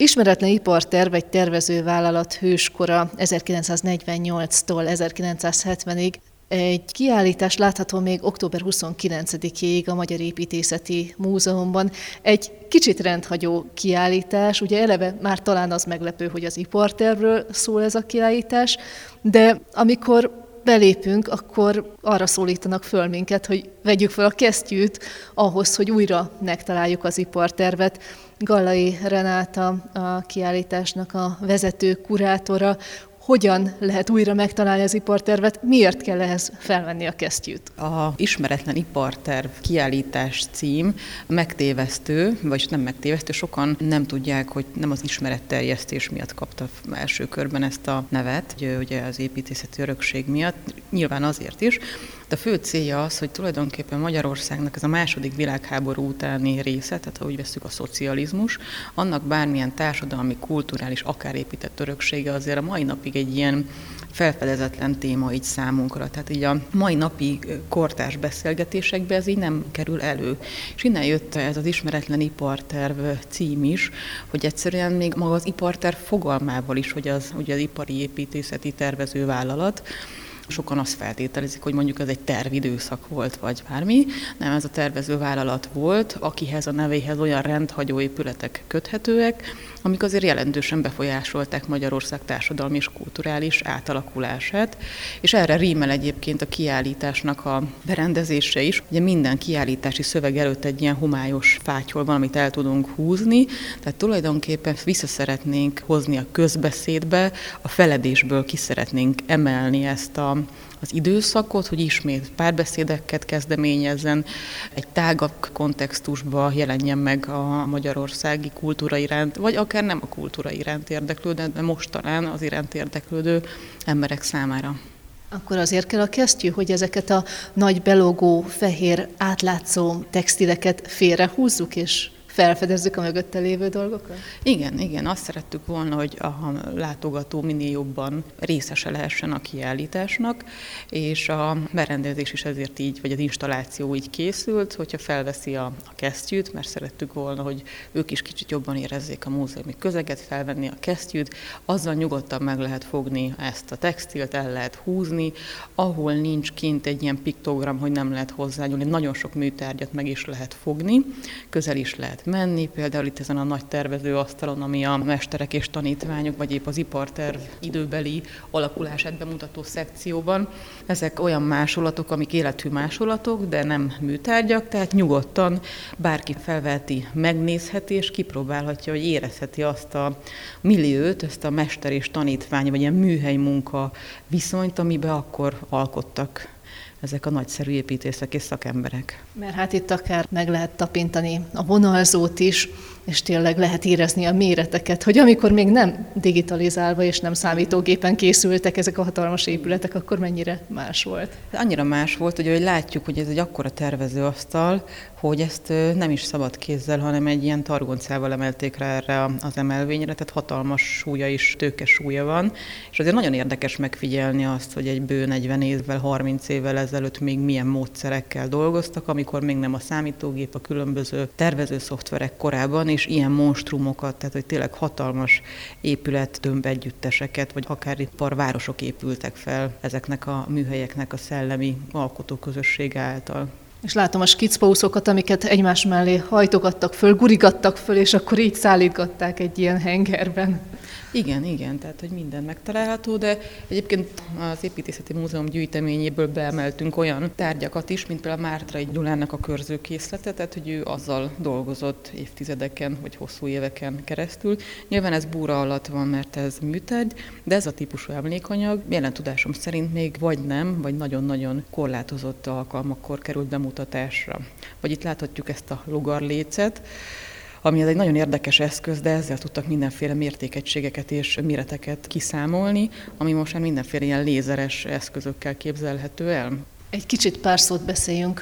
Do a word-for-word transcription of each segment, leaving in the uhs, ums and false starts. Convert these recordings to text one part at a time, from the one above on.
Ismeretlen iparterv egy tervezővállalat hőskora ezerkilencszáznegyvennyolctól ezerkilencszázhetvenig. Egy kiállítás látható még október huszonkilencedikéig a Magyar Építészeti Múzeumban. Egy kicsit rendhagyó kiállítás, ugye eleve már talán az meglepő, hogy az ipartervről szól ez a kiállítás, de amikor belépünk, akkor arra szólítanak föl minket, hogy vegyük fel a kesztyűt ahhoz, hogy újra megtaláljuk az ipartervet. Gallai Renáta, a kiállításnak a vezető kurátora. Hogyan lehet újra megtalálni az ipartervet? Miért kell ehhez felvenni a kesztyűt? A Ismeretlen iparterv kiállítás cím megtévesztő, vagy nem megtévesztő, sokan nem tudják, hogy nem az ismeretterjesztés miatt kapta első körben ezt a nevet, ugye az építészeti örökség miatt, nyilván azért is. De a fő célja az, hogy tulajdonképpen Magyarországnak ez a második világháború utáni része, tehát ha úgy vesszük a szocializmus, annak bármilyen társadalmi, kulturális, akár épített öröksége azért a mai napig egy ilyen felfedezetlen téma így számunkra. Tehát így a mai napi kortárs beszélgetésekben ez így nem kerül elő. És innen jött ez az Ismeretlen iparterv cím is, hogy egyszerűen még maga az iparterv fogalmával is, hogy az, ugye az ipari építészeti tervezővállalat, sokan azt feltételezik, hogy mondjuk ez egy tervidőszak volt, vagy bármi. Nem, ez a tervezővállalat volt, akihez a nevéhez olyan rendhagyó épületek köthetőek, amik azért jelentősen befolyásolták Magyarország társadalmi és kulturális átalakulását. És erre rímel egyébként a kiállításnak a berendezése is. Ugye minden kiállítási szöveg előtt egy ilyen homályos fátyol van, amit el tudunk húzni, tehát tulajdonképpen vissza szeretnénk hozni a közbeszédbe, a feledésből ki szeretnénk emelni ezt a az időszakot, hogy ismét párbeszédeket kezdeményezzen, egy tágabb kontextusba jelenjen meg a magyarországi kultúra iránt, vagy akár nem a kultúra iránt érdeklődő, de most talán az iránt érdeklődő emberek számára. Akkor azért kell a kesztyű, hogy ezeket a nagy belógó, fehér, átlátszó textileket félrehúzzuk, és felfedezzük a mögötte lévő dolgokat? Igen, igen. Azt szerettük volna, hogy a látogató minél jobban részese lehessen a kiállításnak, és a berendezés is ezért így, vagy az installáció így készült, hogyha felveszi a, a kesztyűt, mert szerettük volna, hogy ők is kicsit jobban érezzék a múzeumi közeget, felvenni a kesztyűt, azzal nyugodtan meg lehet fogni ezt a textilt, el lehet húzni, ahol nincs kint egy ilyen piktogram, hogy nem lehet hozzányúlni, nagyon sok műtárgyat meg is lehet fogni, közel is lehet menni, például itt ezen a nagy tervezőasztalon, ami a mesterek és tanítványok, vagy épp az iparterv időbeli alakulását bemutató szekcióban. Ezek olyan másolatok, amik életű másolatok, de nem műtárgyak, tehát nyugodtan bárki felveheti, megnézheti, és kipróbálhatja, hogy érezheti azt a milliót, ezt a mester és tanítvány, vagy ilyen műhely munka viszonyt, amiben akkor alkottak ezek a nagyszerű építészek és szakemberek. Mert hát itt akár meg lehet tapintani a vonalzót is, és tényleg lehet érezni a méreteket, hogy amikor még nem digitalizálva és nem számítógépen készültek ezek a hatalmas épületek, akkor mennyire más volt? Annyira más volt, hogy, hogy látjuk, hogy ez egy akkora tervezőasztal, hogy ezt nem is szabad kézzel, hanem egy ilyen targoncával emelték rá erre az emelvényre, tehát hatalmas súlya is, tőkes súlya van, és azért nagyon érdekes megfigyelni azt, hogy egy bő negyven évvel, harminc évvel ezelőtt még milyen módszerekkel dolgoztak, amikor még nem a számítógép, a különböző tervező szoftverek korában, és ilyen monstrumokat, tehát hogy tényleg hatalmas épület, tömbegyütteseket, vagy akár iparvárosok épültek fel ezeknek a műhelyeknek a szellemi alkotóközössége által. És látom a skiccpauszokat, amiket egymás mellé hajtogattak föl, gurigattak föl, és akkor így szállítgatták egy ilyen hengerben. Igen, igen, tehát hogy minden megtalálható, de egyébként az Építészeti Múzeum gyűjteményéből beemeltünk olyan tárgyakat is, mint például Mártrai Gyulának a körzőkészlete, tehát hogy ő azzal dolgozott évtizedeken, vagy hosszú éveken keresztül. Nyilván ez búra alatt van, mert ez műtárgy, de ez a típusú emlékanyag jelen tudásom szerint még vagy nem, vagy nagyon-nagyon korlátozott alkalmakkor került bemutatásra. Vagy itt láthatjuk ezt a logarlécet, ami egy nagyon érdekes eszköz, de ezzel tudtak mindenféle mértékegységeket és méreteket kiszámolni, ami most már mindenféle ilyen lézeres eszközökkel képzelhető el. Egy kicsit pár szót beszéljünk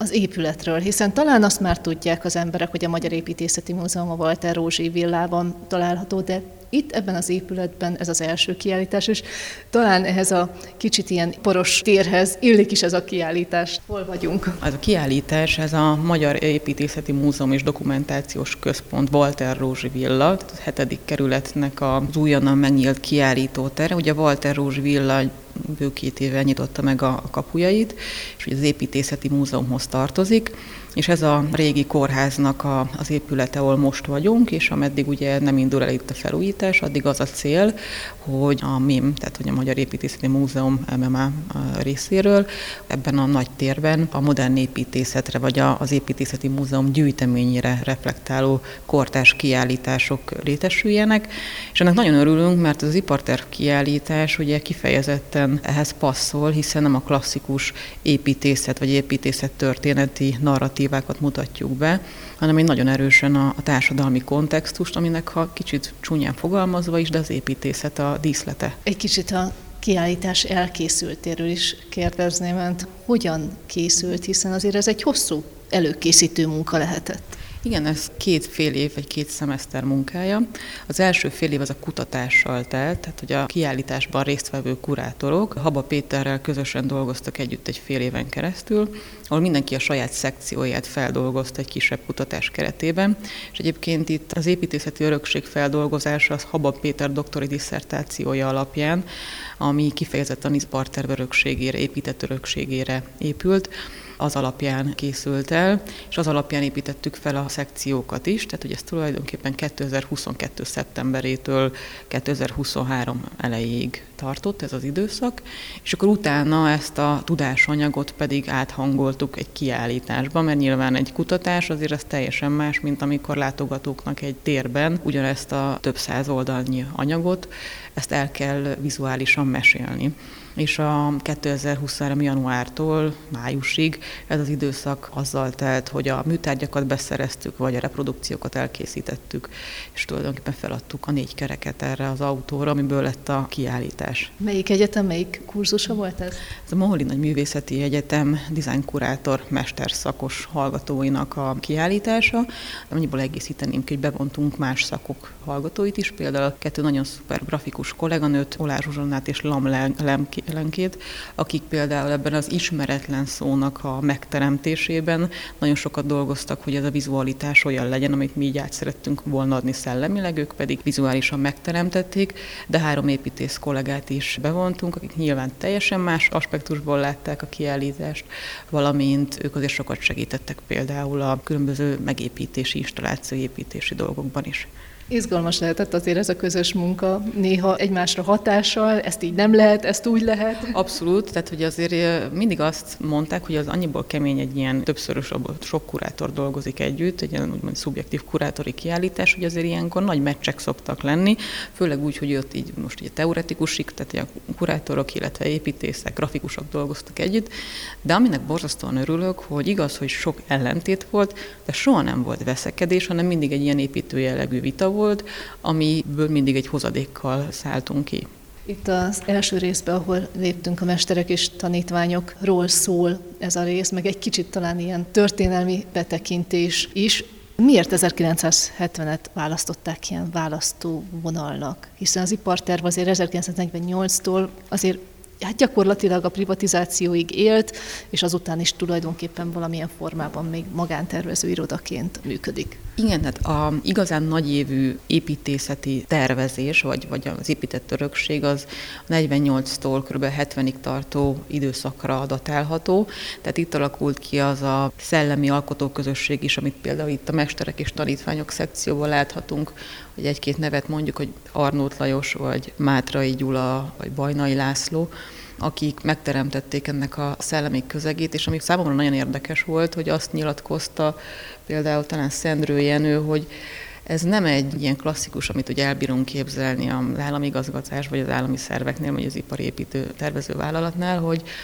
az épületről, hiszen talán azt már tudják az emberek, hogy a Magyar Építészeti Múzeum a Walter Rózsi villában található, de itt ebben az épületben ez az első kiállítás, és talán ehhez a kicsit ilyen poros térhez illik is ez a kiállítás. Hol vagyunk? Ez a kiállítás, ez a Magyar Építészeti Múzeum és Dokumentációs Központ Walter Rózsi villa, a hetedik kerületnek az újonnan megnyílt kiállítótere. Ugye a Walter Rózsi villa bő két éve nyitotta meg a kapujait, és ugye az Építészeti Múzeumhoz tartozik, és ez a régi kórháznak a, az épülete, ahol most vagyunk, és ameddig ugye nem indul el itt a felújítás, addig az a cél, hogy a em i em, tehát hogy a Magyar Építészeti Múzeum em em á részéről ebben a nagy térben a modern építészetre, vagy az Építészeti Múzeum gyűjteményére reflektáló kortárs kiállítások létesüljenek, és ennek nagyon örülünk, mert az iparterv kiállítás ugye kifejezetten ehhez passzol, hiszen nem a klasszikus építészet vagy építészettörténeti narratívákat mutatjuk be, hanem egy nagyon erősen a, a társadalmi kontextust, aminek ha kicsit csúnyán fogalmazva is, de az építészet a díszlete. Egy kicsit a kiállítás elkészültéről is kérdezném önt, hogyan készült, hiszen azért ez egy hosszú előkészítő munka lehetett. Igen, ez két fél év, vagy két szemeszter munkája. Az első fél év az a kutatással telt, tehát hogy a kiállításban résztvevő kurátorok Haba Péterrel közösen dolgoztak együtt egy fél éven keresztül, ahol mindenki a saját szekcióját feldolgozta egy kisebb kutatás keretében, és egyébként itt az építészeti örökség feldolgozása az Haba Péter doktori disszertációja alapján, ami kifejezetten az iparterv örökségére, épített örökségére épült, az alapján készült el, és az alapján építettük fel a szekciókat is, tehát hogy ez tulajdonképpen kétezer-huszonkettő szeptemberétől kétezer-huszonhárom elejéig tartott ez az időszak, és akkor utána ezt a tudásanyagot pedig áthangoltuk egy kiállításba, mert nyilván egy kutatás azért ez teljesen más, mint amikor látogatóknak egy térben ugyanezt a több száz oldalnyi anyagot, ezt el kell vizuálisan mesélni. És a kétezer-huszonhárom januártól májusig ez az időszak azzal telt, hogy a műtárgyakat beszereztük, vagy a reprodukciókat elkészítettük, és tulajdonképpen feladtuk a négy kereket erre az autóra, amiből lett a kiállítás. Melyik egyetem, melyik kurzusa volt ez? Ez a Moholi Nagyművészeti Egyetem dizájnkurátor mesterszakos hallgatóinak a kiállítása. Annyiból egészíteném ki, hogy bevontunk más szakok hallgatóit is, például kettő nagyon szuper grafikus kolléganőt, Olár Zsuzsannát és Lam Lenkét, akik például ebben az ismeretlen szónak a megteremtésében nagyon sokat dolgoztak, hogy ez a vizualitás olyan legyen, amit mi így át szerettünk volna adni szellemileg, ők pedig vizuálisan megteremtették, de három építész kollégát is bevontunk, akik nyilván teljesen más aspektusból látták a kiállítást, valamint ők azért sokat segítettek például a különböző megépítési, installációépítési dolgokban is. Izgalmas lehetett azért ez a közös munka, néha egymásra hatással, ezt így nem lehet, ezt úgy lehet. Abszolút, tehát hogy azért mindig azt mondták, hogy az annyiból kemény egy ilyen többszörös, abból sok kurátor dolgozik együtt, egy ilyen úgymond szubjektív kurátori kiállítás, hogy azért ilyenkor nagy meccsek szoktak lenni, főleg úgy, hogy ott így most ugye teoretikusik, tehát a kurátorok, illetve építészek, grafikusok dolgoztak együtt, de aminek borzasztóan örülök, hogy igaz, hogy sok ellentét volt, de soha nem volt veszekedés, hanem mindig egy ilyen építő jellegű vita volt, amiből mindig egy hozadékkal szálltunk ki. Itt az első részben, ahol léptünk a mesterek és tanítványokról szól ez a rész, meg egy kicsit talán ilyen történelmi betekintés is. Miért ezerkilencszázhetvenet választották ilyen választóvonalnak? Hiszen az iparterv azért ezerkilencszáznegyvennyolctól azért hát gyakorlatilag a privatizációig élt, és azután is tulajdonképpen valamilyen formában még magántervező irodaként működik. Igen, hát a igazán nagyévű építészeti tervezés, vagy, vagy az épített örökség az negyvennyolctól kb. hetvenig tartó időszakra datálható. Tehát itt alakult ki az a szellemi alkotóközösség is, amit például itt a mesterek és tanítványok szekcióban láthatunk, hogy egy-két nevet mondjuk, hogy Arnót Lajos, vagy Mátrai Gyula, vagy Bajnai László, akik megteremtették ennek a szellemi közegét, és ami számomra nagyon érdekes volt, hogy azt nyilatkozta például talán Szendrő Jenő, hogy ez nem egy ilyen klasszikus, amit ugye elbírunk képzelni az állami igazgatás, vagy az állami szerveknél, vagy az ipari építő tervező vállalatnál, hogy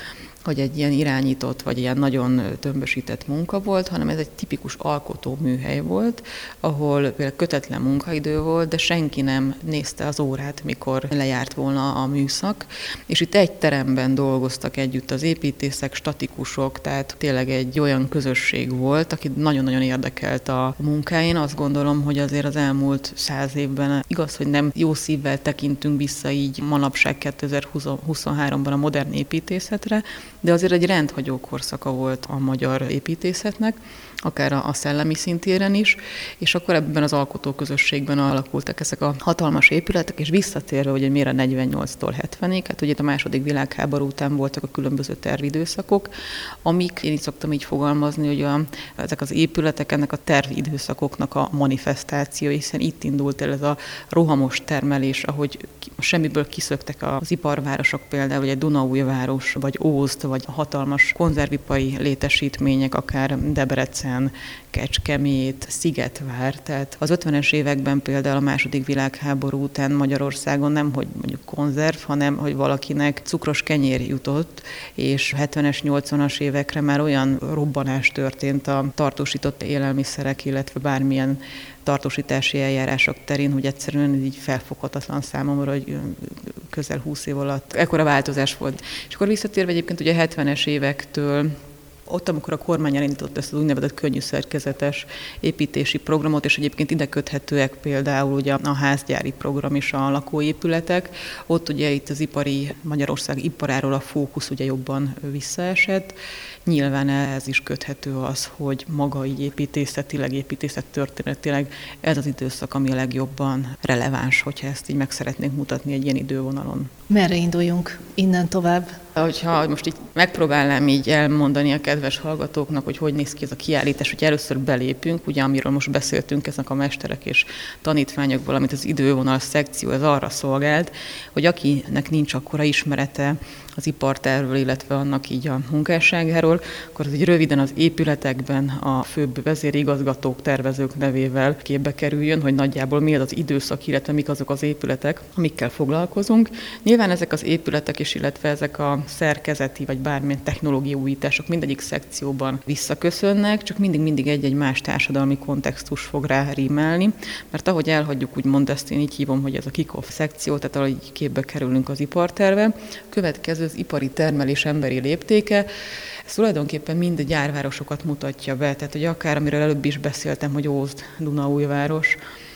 hogy egy ilyen irányított, vagy ilyen nagyon tömbösített munka volt, hanem ez egy tipikus alkotó műhely volt, ahol például kötetlen munkaidő volt, de senki nem nézte az órát, mikor lejárt volna a műszak, és itt egy teremben dolgoztak együtt az építészek, statikusok, tehát tényleg egy olyan közösség volt, aki nagyon-nagyon érdekelt a munkáin. Én azt gondolom, hogy azért az elmúlt száz évben igaz, hogy nem jó szívvel tekintünk vissza így manapság kétezer-huszonháromban a modern építészetre, de azért egy rendhagyó korszaka volt a magyar építészetnek, akár a szellemi szintéren is, és akkor ebben az alkotóközösségben alakultak ezek a hatalmas épületek, és visszatérve, hogy miért a negyvennyolctól hetvenig, hát ugye a második világháború után voltak a különböző tervidőszakok, amik, én így szoktam így fogalmazni, hogy a, ezek az épületek ennek a tervidőszakoknak a manifestáció, hiszen itt indult el ez a rohamos termelés, ahogy semmiből kiszöktek az iparvárosok, például egy Dunaújváros, vagy Ózd, vagy a hatalmas konzervipari létesítmények, akár Debrecen, Kecskemét, Szigetvár. Tehát az ötvenes években például a második világháború után Magyarországon nem, hogy mondjuk konzerv, hanem hogy valakinek cukros kenyér jutott, és hetvenes, nyolcvanas évekre már olyan robbanás történt a tartósított élelmiszerek, illetve bármilyen tartósítási eljárások terén, hogy egyszerűen így felfoghatatlan számomra, hogy közel húsz év alatt ekkora változás volt. És akkor visszatérve egyébként ugye a hetvenes évektől, ott, amikor a kormány elindított ezt az úgynevezett könnyű szerkezetes építési programot, és egyébként ide köthetőek például ugye a házgyári program és a lakóépületek, ott ugye itt az ipari, Magyarország iparáról a fókusz ugye jobban visszaesett. Nyilván ez is köthető az, hogy maga így építészetileg, építészettörténetileg ez az időszak, ami a legjobban releváns, hogyha ezt így meg szeretnénk mutatni egy ilyen idővonalon. Merre induljunk innen tovább? Hogyha most így megpróbálnám így elmondani a kedves hallgatóknak, hogy hogy néz ki ez a kiállítás, hogy először belépünk, ugye amiről most beszéltünk, ezek a mesterek és tanítványok, valamint az idővonal szekció, ez arra szolgált, hogy akinek nincs akkora ismerete az ipartervről, illetve annak így a munkásságáról, akkor az így röviden az épületekben a főbb vezérigazgatók, tervezők nevével képbe kerüljön, hogy nagyjából mi az az időszak, illetve mik azok az épületek, amikkel foglalkozunk. Nyilván ezek az épületek is, illetve ezek a szerkezeti vagy bármilyen technológiai újítások mindegyik szekcióban visszaköszönnek, csak mindig-mindig egy-egy más társadalmi kontextus fog rá rímelni, mert ahogy elhagyjuk, úgymond ezt én így hívom, hogy ez a kick-off szekció, tehát ahogy képbe kerülünk az iparterve, következő az ipari termelés emberi léptéke. Ez tulajdonképpen mind a gyárvárosokat mutatja be, tehát hogy akár, amiről előbb is beszéltem, hogy Ózd, Dunaújváros,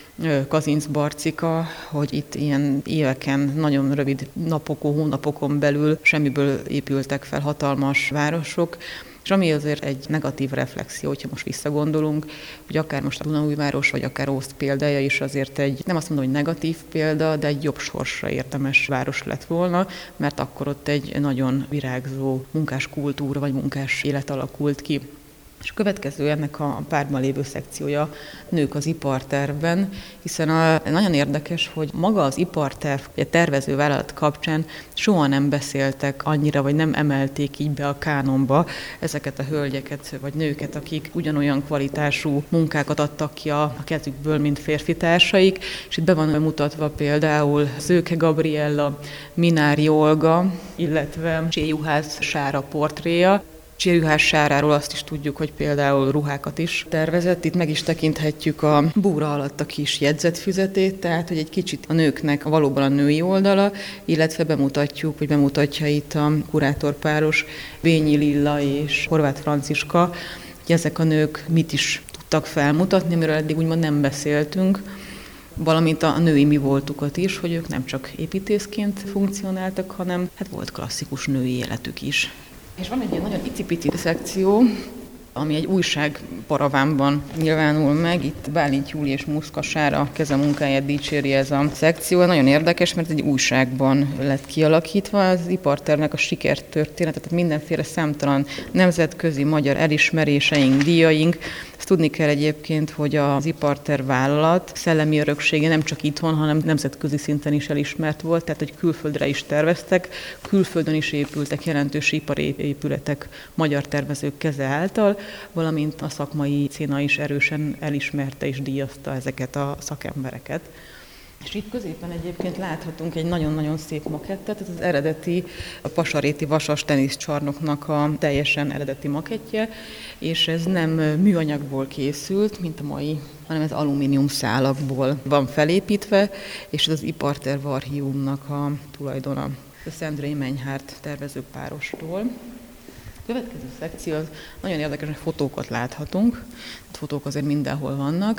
Kazincbarcika, hogy itt ilyen éveken, nagyon rövid napokon, hónapokon belül semmiből épültek fel hatalmas városok, és ami azért egy negatív reflexió, hogyha most visszagondolunk, hogy akár most a Dunaújváros, vagy akár Ózd példája is azért egy, nem azt mondom, hogy negatív példa, de egy jobb sorsra érdemes város lett volna, mert akkor ott egy nagyon virágzó munkás kultúra, vagy munkás élet alakult ki. És a következő ennek a párban lévő szekciója nők az ipartervben, hiszen a, nagyon érdekes, hogy maga az iparterv, a tervező vállalat kapcsán soha nem beszéltek annyira, vagy nem emelték így be a kánonba ezeket a hölgyeket, vagy nőket, akik ugyanolyan kvalitású munkákat adtak ki a kezükből, mint férfi társaik, és itt be van mutatva például Szőke Gabriella, Minári Olga, illetve Cséjuhász Sára portréja. Cséjuhász Sáráról azt is tudjuk, hogy például ruhákat is tervezett. Itt meg is tekinthetjük a búra alatt a kis jegyzetfüzetét, tehát hogy egy kicsit a nőknek valóban a női oldala, illetve bemutatjuk, vagy bemutatja itt a kurátorpáros Vényi Lilla és Horváth Franciska, hogy ezek a nők mit is tudtak felmutatni, amiről eddig úgymond nem beszéltünk, valamint a női mi voltukat is, hogy ők nem csak építészként funkcionáltak, hanem hát volt klasszikus női életük is. És van egy ilyen nagyon icipici szekció, ami egy újság paravánban nyilvánul meg. Itt Bálint Júli és Muszka Sára kezemunkáját dicséri ez a szekció. Nagyon érdekes, mert egy újságban lett kialakítva az ipartervnek a sikertörténetet, tehát mindenféle számtalan nemzetközi magyar elismeréseink, díjaink. Ezt tudni kell egyébként, hogy az iparterv vállalat szellemi öröksége nem csak itthon, hanem nemzetközi szinten is elismert volt, tehát hogy külföldre is terveztek, külföldön is épültek jelentős ipari épületek magyar tervezők keze által, valamint a szakmai széna is erősen elismerte és díjazta ezeket a szakembereket. És itt középen egyébként láthatunk egy nagyon-nagyon szép makettet, ez az eredeti, a Pasaréti Vasas teniszcsarnoknak a teljesen eredeti makettje, és ez nem műanyagból készült, mint a mai, hanem ez alumínium szálakból van felépítve, és ez az Iparterv Archívumnak a tulajdona. A Szendrei Menyhárt tervezőpárostól. A következő szekció az nagyon érdekes, hogy fotókat láthatunk. A fotók azért mindenhol vannak,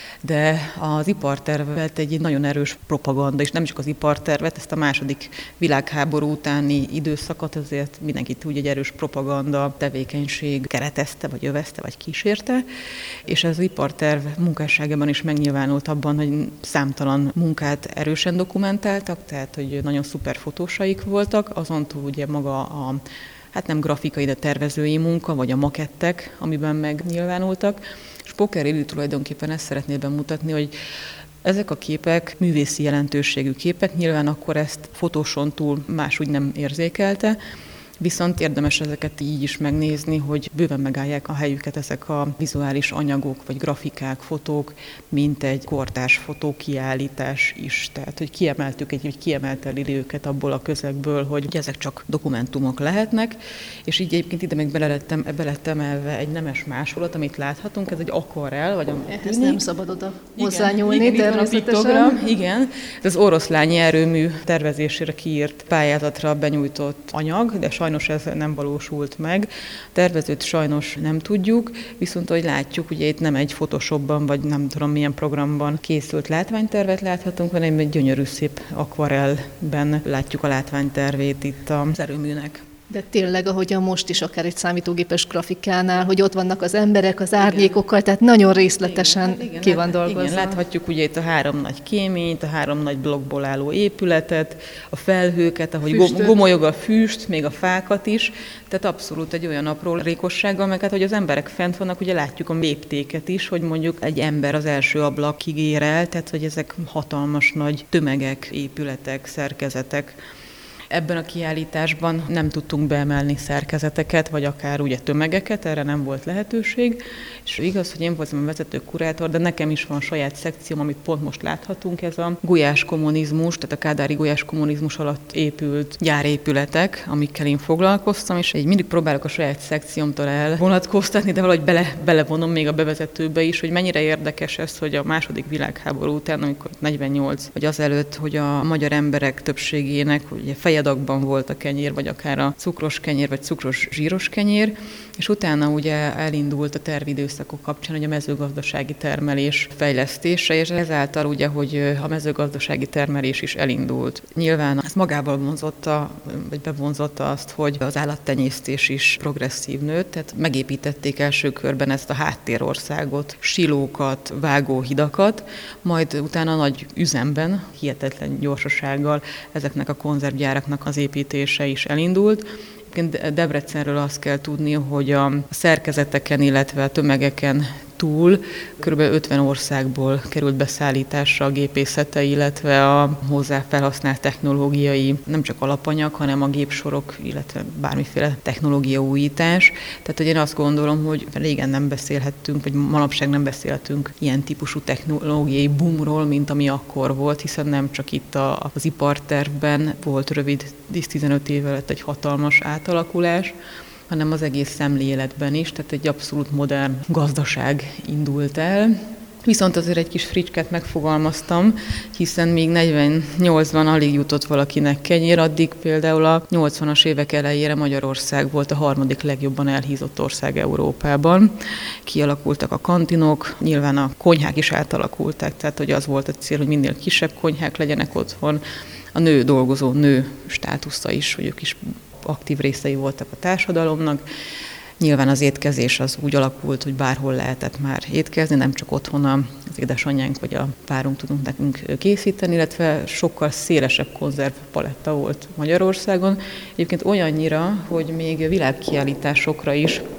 de az ipartervet egy nagyon erős propaganda, és nem csak az ipartervet, ezt a második világháború utáni időszakot azért mindenki tudja, egy erős propaganda tevékenység keretezte, vagy övezte, vagy kísérte, és az iparterv munkásságában is megnyilvánult abban, hogy számtalan munkát erősen dokumentáltak, tehát hogy nagyon szuper fotósaik voltak, azon túl ugye maga a hát nem grafikai, de tervezői munka, vagy a makettek, amiben megnyilvánultak. És Poker Illi tulajdonképpen ezt szeretné bemutatni, hogy ezek a képek művészi jelentőségű képek, nyilván akkor ezt fotóson túl máshogy nem érzékelte, viszont érdemes ezeket így is megnézni, hogy bőven megállják a helyüket ezek a vizuális anyagok, vagy grafikák, fotók, mint egy kortárs fotókiállítás is. Tehát, hogy kiemeltük, egy, hogy kiemelte Lili őket abból a közegből, hogy ezek csak dokumentumok lehetnek, és így egyébként ide még bele lettem, be lett emelve egy nemes másolat, amit láthatunk, ez egy akvarell, vagy a... Ez nem szabad oda hozzányúlni, igen, természetesen. Igen, ez az oroszlányi erőmű tervezésére kiírt pályázatra benyújtott anyag, de sajnos ez nem valósult meg. A tervezőt sajnos nem tudjuk, viszont ahogy látjuk, ugye itt nem egy Photoshopban, vagy nem tudom milyen programban készült látványtervet láthatunk, hanem egy gyönyörű szép akvarellben látjuk a látványtervét itt az erőműnek. De tényleg, ahogyan most is, akár egy számítógépes grafikánál, hogy ott vannak az emberek, az árnyékokkal, tehát nagyon részletesen igen, igen, ki van dolgozva. Igen, láthatjuk ugye itt a három nagy kéményt, a három nagy blokkból álló épületet, a felhőket, ahogy Füstöt. gomolyog a füst, még a fákat is, tehát abszolút egy olyan aprólékossággal, meg hát, hogy az emberek fent vannak, ugye látjuk a léptéket is, hogy mondjuk egy ember az első ablakig ér el, tehát hogy ezek hatalmas nagy tömegek, épületek, szerkezetek. Ebben a kiállításban nem tudtunk beemelni szerkezeteket, vagy akár ugye tömegeket, erre nem volt lehetőség. És igaz, hogy én voltam a vezető kurátor, de nekem is van saját szekcióm, amit pont most láthatunk, ez a gulyás kommunizmus, tehát a kádári gulyás kommunizmus alatt épült gyárépületek, amikkel én foglalkoztam, és így mindig próbálok a saját szekciómtól elvonatkoztatni, de valahogy bele, belevonom még a bevezetőbe is, hogy mennyire érdekes ez, hogy a második világháború után, amikor negyvennyolc, vagy azelőtt, hogy a magyar emberek többségének ugye fejadagban volt a kenyér, vagy akár a cukros kenyér, vagy cukros zsíros kenyér, és utána ugye elindult a tervidőszakok kapcsán, hogy a mezőgazdasági termelés fejlesztése, és ezáltal ugye, hogy a mezőgazdasági termelés is elindult. Nyilván ez magával vonzotta, vagy bevonzotta azt, hogy az állattenyésztés is progresszív nőtt, tehát megépítették első körben ezt a háttérországot, silókat, vágóhidakat, majd utána nagy üzemben, hihetetlen gyorsasággal ezeknek a konzervgyáraknak az építése is elindult. Debrecenről azt kell tudni, hogy a szerkezeteken, illetve a tömegeken túl kb. ötven országból került beszállításra a gépészete, illetve a hozzá felhasznált technológiai, nem csak alapanyag, hanem a gépsorok, illetve bármiféle technológia újítás. Tehát, hogy én azt gondolom, hogy régen nem beszélhettünk, vagy manapság nem beszélhetünk ilyen típusú technológiai boomról, mint ami akkor volt, hiszen nem csak itt a, az ipartervben volt rövid tíz-tizenöt év alatt egy hatalmas átalakulás, hanem az egész szemléletben is, tehát egy abszolút modern gazdaság indult el. Viszont azért egy kis fricskát megfogalmaztam, hiszen még negyvennyolcban alig jutott valakinek kenyér, addig például a nyolcvanas évek elejére Magyarország volt a harmadik legjobban elhízott ország Európában. Kialakultak a kantinok, nyilván a konyhák is átalakultak, tehát hogy az volt a cél, hogy minél kisebb konyhák legyenek otthon. A nő dolgozó nő státusza is, hogy ők is aktív részei voltak a társadalomnak. Nyilván az étkezés az úgy alakult, hogy bárhol lehetett már étkezni, nem csak otthon az édesanyjánk vagy a párunk tudunk nekünk készíteni, illetve sokkal szélesebb konzervpaletta volt Magyarországon. Egyébként olyannyira, hogy még világkiállításokra is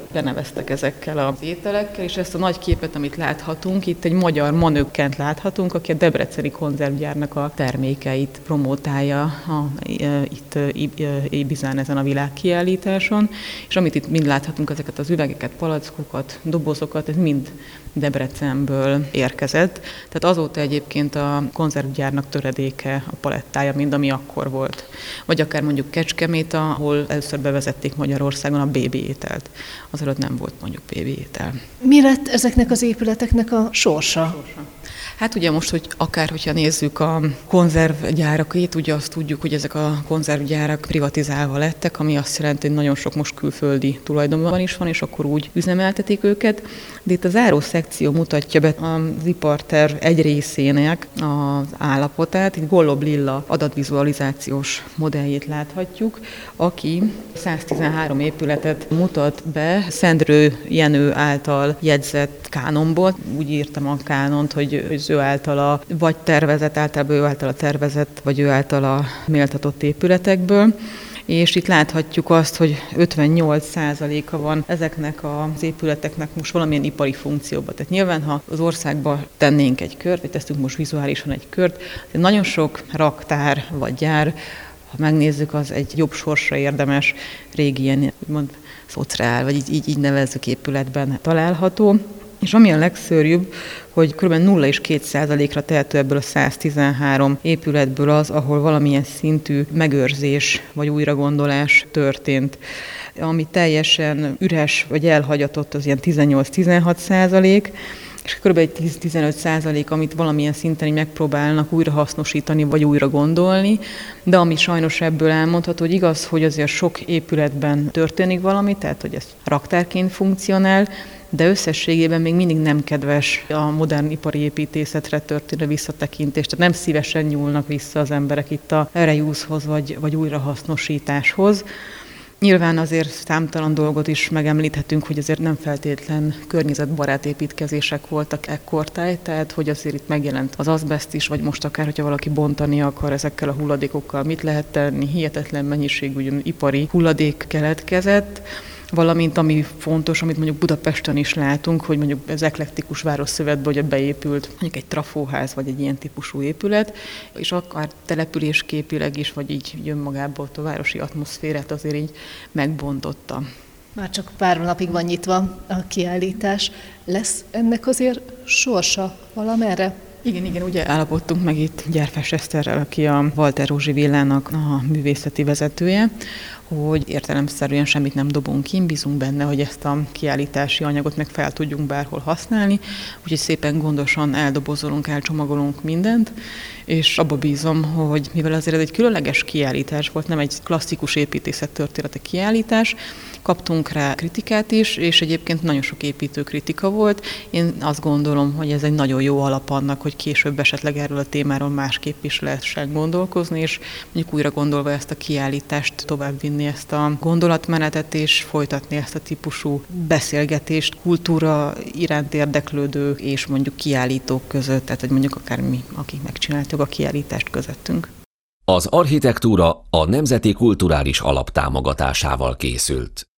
beneveztek ezekkel az ételekkel, és ezt a nagy képet, amit láthatunk, itt egy magyar manőkkent láthatunk, aki a debreceni konzervgyárnak a termékeit promotálja a, e, itt e, Ibizán ezen a világkiállításon, és amit itt mind láthatunk, ezeket az üvegeket, palackokat, dobozokat, ez mind Debrecenből érkezett. Tehát azóta egyébként a konzervgyárnak töredéke a palettája, mint ami akkor volt. Vagy akár mondjuk Kecskemét, ahol először bevezették Magyarországon a bébi ételt. Azelőtt nem volt mondjuk bébi étel. Mi lett ezeknek az épületeknek a sorsa? A sorsa. Hát ugye most, hogy akár, hogyha nézzük a konzervgyárakét, ugye azt tudjuk, hogy ezek a konzervgyárak privatizálva lettek, ami azt jelenti, hogy nagyon sok most külföldi tulajdonban is van, és akkor úgy üzemeltetik őket. De itt a záró szekció mutatja be az iparterv egy részének az állapotát. Itt Gollob Lilla adatvizualizációs modelljét láthatjuk, aki száztizenhárom épületet mutat be Szendrő Jenő által jegyzett kánonból. Úgy írtam a kánont, hogy, hogy ő általa vagy tervezett, általában ő általa tervezett, vagy ő általa méltatott épületekből. És itt láthatjuk azt, hogy ötvennyolc százaléka van ezeknek az épületeknek most valamilyen ipari funkcióban. Tehát nyilván, ha az országba tennénk egy kört, vagy teszünk most vizuálisan egy kört, nagyon sok raktár vagy gyár, ha megnézzük, az egy jobb sorsra érdemes régi ilyen, úgymond szociál, vagy így, így, így nevezzük épületben található. És ami a legszörnyűbb, hogy kb. nulla egész két százalékra tehető ebből a száztizenhárom épületből az, ahol valamilyen szintű megőrzés vagy újragondolás történt. Ami teljesen üres vagy elhagyatott, az ilyen tizennyolc-tizenhat százalék, és kb. egy tíz-tizenöt százalék, amit valamilyen szinten megpróbálnak újrahasznosítani vagy újra gondolni, de ami sajnos ebből elmondható, hogy igaz, hogy azért sok épületben történik valami, tehát hogy ez raktárként funkcionál, de összességében még mindig nem kedves a modern ipari építészetre történő visszatekintés. Tehát nem szívesen nyúlnak vissza az emberek itt a reuse-hoz vagy, vagy újrahasznosításhoz. Nyilván azért számtalan dolgot is megemlíthetünk, hogy azért nem feltétlen környezetbarát építkezések voltak ekkortáj, tehát hogy azért itt megjelent az azbeszt is, vagy most akár, hogyha valaki bontani akar ezekkel a hulladékokkal, mit lehet tenni, hihetetlen mennyiségű ipari hulladék keletkezett, valamint ami fontos, amit mondjuk Budapesten is látunk, hogy mondjuk az eklektikus városszövetbe ugye beépült mondjuk egy trafóház, vagy egy ilyen típusú épület, és akár településképileg is, vagy így önmagából a városi atmoszférát azért így megbontotta. Már csak pár napig van nyitva a kiállítás. Lesz ennek azért sorsa valamerre? Igen, igen, ugye állapodtunk meg itt Gyárfás Eszterrel, aki a Walter Rózsi villának a művészeti vezetője, hogy értelemszerűen semmit nem dobunk ki, bízunk benne, hogy ezt a kiállítási anyagot meg fel tudjunk bárhol használni, úgyhogy szépen gondosan eldobozolunk, elcsomagolunk mindent, és abba bízom, hogy mivel azért ez egy különleges kiállítás volt, nem egy klasszikus építészettörténeti kiállítás, kaptunk rá kritikát is, és egyébként nagyon sok építőkritika volt. Én azt gondolom, hogy ez egy nagyon jó alap annak, hogy később esetleg erről a témáról másképp is lehessen gondolkozni, és mondjuk újra gondolva ezt a kiállítást továbbvinni ezt a gondolatmenetet, és folytatni ezt a típusú beszélgetést kultúra iránt érdeklődő és mondjuk kiállítók között, tehát hogy mondjuk akár mi, akik megcsináltuk a kiállítást közöttünk. Az architektúra a Nemzeti Kulturális Alap támogatásával készült.